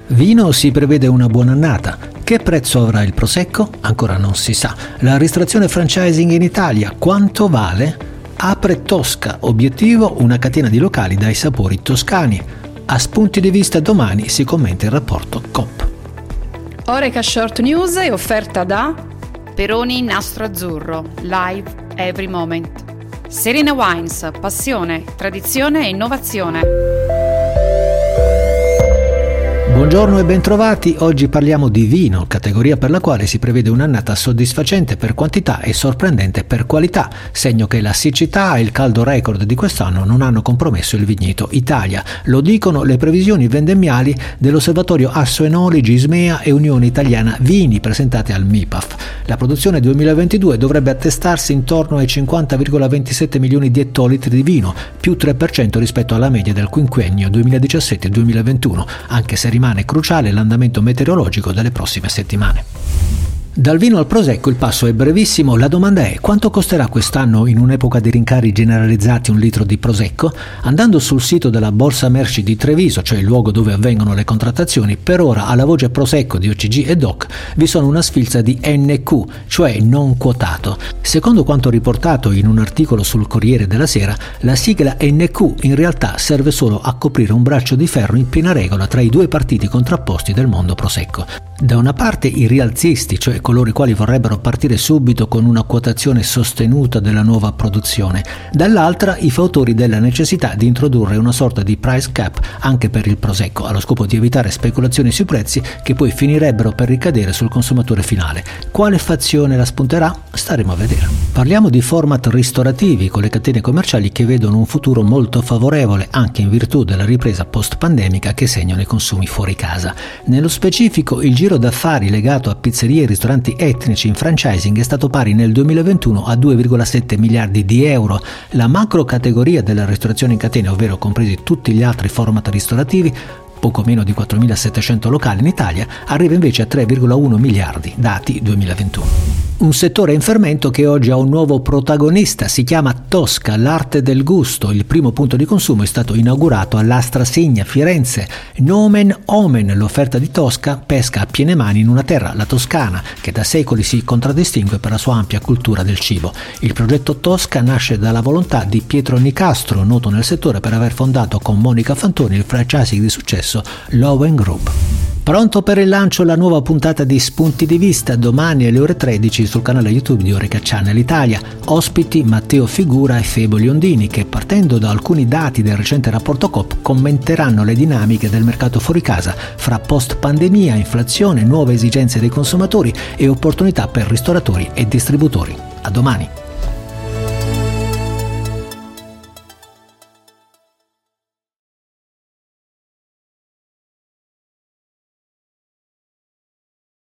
Vino, si prevede una buona annata. Che prezzo avrà il Prosecco? Ancora non si sa. La ristorazione franchising in Italia, quanto vale? Apre Tosca, obiettivo una catena di locali dai sapori toscani. A Spunti di Vista domani si commenta il rapporto Coop. Oreca Short News è offerta da Peroni Nastro Azzurro, live every moment. Serena Wines, passione, tradizione e innovazione. Buongiorno e bentrovati, oggi parliamo di vino, categoria per la quale si prevede un'annata soddisfacente per quantità e sorprendente per qualità, segno che la siccità e il caldo record di quest'anno non hanno compromesso il vigneto Italia. Lo dicono le previsioni vendemmiali dell'Osservatorio Assoenologi, Ismea e Unione Italiana Vini presentate al MIPAF. La produzione 2022 dovrebbe attestarsi intorno ai 50,27 milioni di ettolitri di vino, più 3% rispetto alla media del quinquennio 2017-2021, anche se rimane cruciale l'andamento meteorologico delle prossime settimane. Dal vino al Prosecco il passo è brevissimo, la domanda è: quanto costerà quest'anno in un'epoca di rincari generalizzati un litro di Prosecco? Andando sul sito della Borsa Merci di Treviso, cioè il luogo dove avvengono le contrattazioni, per ora alla voce Prosecco di OCG e DOC vi sono una sfilza di NQ, cioè non quotato. Secondo quanto riportato in un articolo sul Corriere della Sera, la sigla NQ in realtà serve solo a coprire un braccio di ferro in piena regola tra i due partiti contrapposti del mondo Prosecco. Da una parte i rialzisti, cioè coloro i quali vorrebbero partire subito con una quotazione sostenuta della nuova produzione, dall'altra i fautori della necessità di introdurre una sorta di price cap anche per il Prosecco, allo scopo di evitare speculazioni sui prezzi che poi finirebbero per ricadere sul consumatore finale. Quale fazione la spunterà? Staremo a vedere. Parliamo di format ristorativi con le catene commerciali che vedono un futuro molto favorevole anche in virtù della ripresa post-pandemica che segnano i consumi fuori casa. Nello specifico, il giro d'affari legato a pizzerie e ristoranti etnici in franchising è stato pari nel 2021 a 2,7 miliardi di euro. La macro categoria della ristorazione in catene, ovvero compresi tutti gli altri format ristorativi, poco meno di 4.700 locali in Italia, arriva invece a 3,1 miliardi, dati 2021. Un settore in fermento che oggi ha un nuovo protagonista, si chiama Tosca, l'arte del gusto. Il primo punto di consumo è stato inaugurato all'Astrasigna, Firenze. Nomen omen, l'offerta di Tosca pesca a piene mani in una terra, la Toscana, che da secoli si contraddistingue per la sua ampia cultura del cibo. Il progetto Tosca nasce dalla volontà di Pietro Nicastro, noto nel settore per aver fondato con Monica Fantoni il franchising di successo Lowen Group. Pronto per il lancio la nuova puntata di Spunti di Vista, domani alle ore 13 sul canale YouTube di Oreca Channel Italia. Ospiti Matteo Figura e Febo Liondini che, partendo da alcuni dati del recente rapporto Coop, commenteranno le dinamiche del mercato fuori casa fra post-pandemia, inflazione, nuove esigenze dei consumatori e opportunità per ristoratori e distributori. A domani!